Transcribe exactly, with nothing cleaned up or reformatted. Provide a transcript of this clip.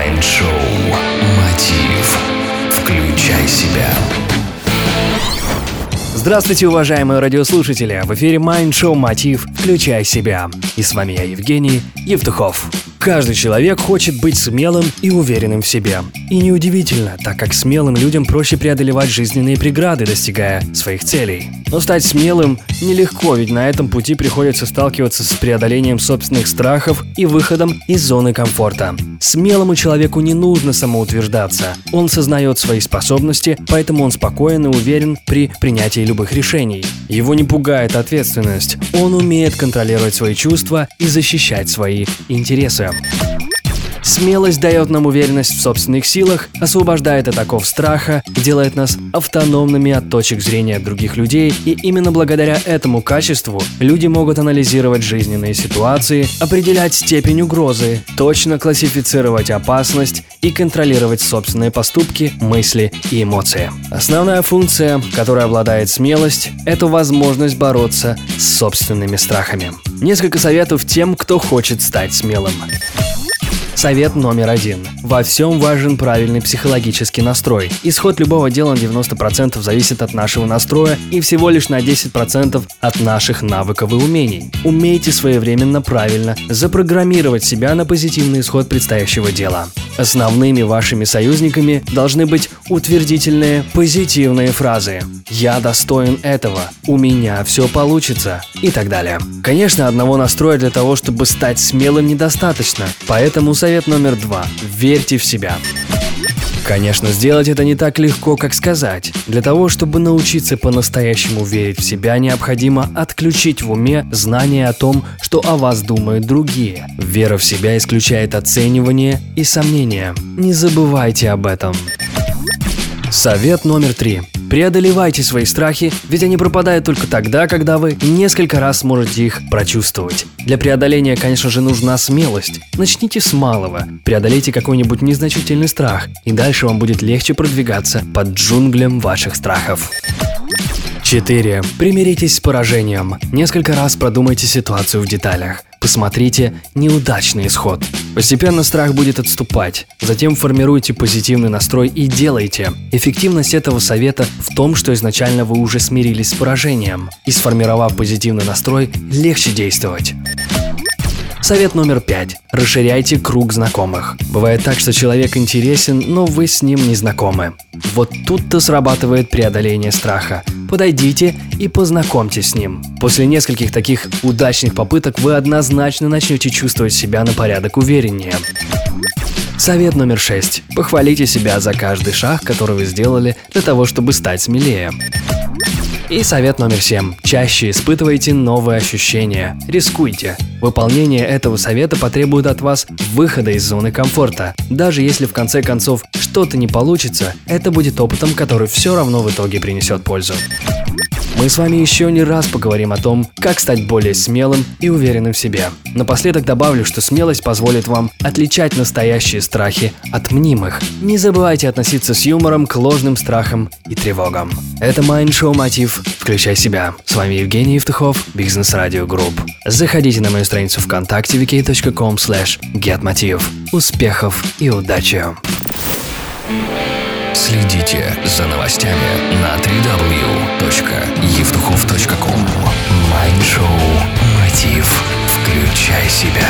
Майнд-шоу «Мотив». Включай себя. Здравствуйте, уважаемые радиослушатели! В эфире Майнд-шоу «Мотив. Включай себя». И с вами я, Евгений Евтухов. Каждый человек хочет быть смелым и уверенным в себе. И неудивительно, так как смелым людям проще преодолевать жизненные преграды, достигая своих целей. Но стать смелым нелегко, ведь на этом пути приходится сталкиваться с преодолением собственных страхов и выходом из зоны комфорта. Смелому человеку не нужно самоутверждаться. Он сознает свои способности, поэтому он спокоен и уверен при принятии любых решений. Его не пугает ответственность. Он умеет контролировать свои чувства и защищать свои интересы. Смелость дает нам уверенность в собственных силах, освобождает от оков страха, делает нас автономными от точек зрения других людей, и именно благодаря этому качеству люди могут анализировать жизненные ситуации, определять степень угрозы, точно классифицировать опасность и контролировать собственные поступки, мысли и эмоции. Основная функция, которой обладает смелость, это возможность бороться с собственными страхами. Несколько советов тем, кто хочет стать смелым. Совет номер один. Во всем важен правильный психологический настрой. Исход любого дела на девяносто процентов зависит от нашего настроя и всего лишь на десять процентов от наших навыков и умений. Умейте своевременно правильно запрограммировать себя на позитивный исход предстоящего дела. Основными вашими союзниками должны быть утвердительные, позитивные фразы. «Я достоин этого», «У меня все получится» и так далее. Конечно, одного настроя для того, чтобы стать смелым, недостаточно, поэтому совет номер два. Верьте в себя. Конечно, сделать это не так легко, как сказать. Для того, чтобы научиться по-настоящему верить в себя, необходимо отключить в уме знание о том, что о вас думают другие. Вера в себя исключает оценивание и сомнения. Не забывайте об этом. Совет номер три. Преодолевайте свои страхи, ведь они пропадают только тогда, когда вы несколько раз сможете их прочувствовать. Для преодоления, конечно же, нужна смелость. Начните с малого, преодолейте какой-нибудь незначительный страх, и дальше вам будет легче продвигаться под джунглям ваших страхов. четыре. Примиритесь с поражением. Несколько раз продумайте ситуацию в деталях. Посмотрите неудачный исход. Постепенно страх будет отступать. Затем формируйте позитивный настрой и делайте. Эффективность этого совета в том, что изначально вы уже смирились с поражением. И сформировав позитивный настрой, легче действовать. Совет номер пять. Расширяйте круг знакомых. Бывает так, что человек интересен, но вы с ним не знакомы. Вот тут-то срабатывает преодоление страха. Подойдите и познакомьтесь с ним. После нескольких таких удачных попыток вы однозначно начнете чувствовать себя на порядок увереннее. Совет номер шесть. Похвалите себя за каждый шаг, который вы сделали для того, чтобы стать смелее. И совет номер семь. Чаще испытывайте новые ощущения. Рискуйте. Выполнение этого совета потребует от вас выхода из зоны комфорта. Даже если в конце концов что-то не получится, это будет опытом, который все равно в итоге принесет пользу. Мы с вами еще не раз поговорим о том, как стать более смелым и уверенным в себе. Напоследок добавлю, что смелость позволит вам отличать настоящие страхи от мнимых. Не забывайте относиться с юмором к ложным страхам и тревогам. Это Майнд-шоу «Мотив. Включай себя». С вами Евгений Евтухов, Бизнес Радио Групп. Заходите на мою страницу ВКонтакте ви кей точка ком слэш гет мотив. Успехов и удачи! Следите за новостями на дабл ю дабл ю дабл ю точка евтухов точка ком. Майнд-шоу «Мотив». Включай себя.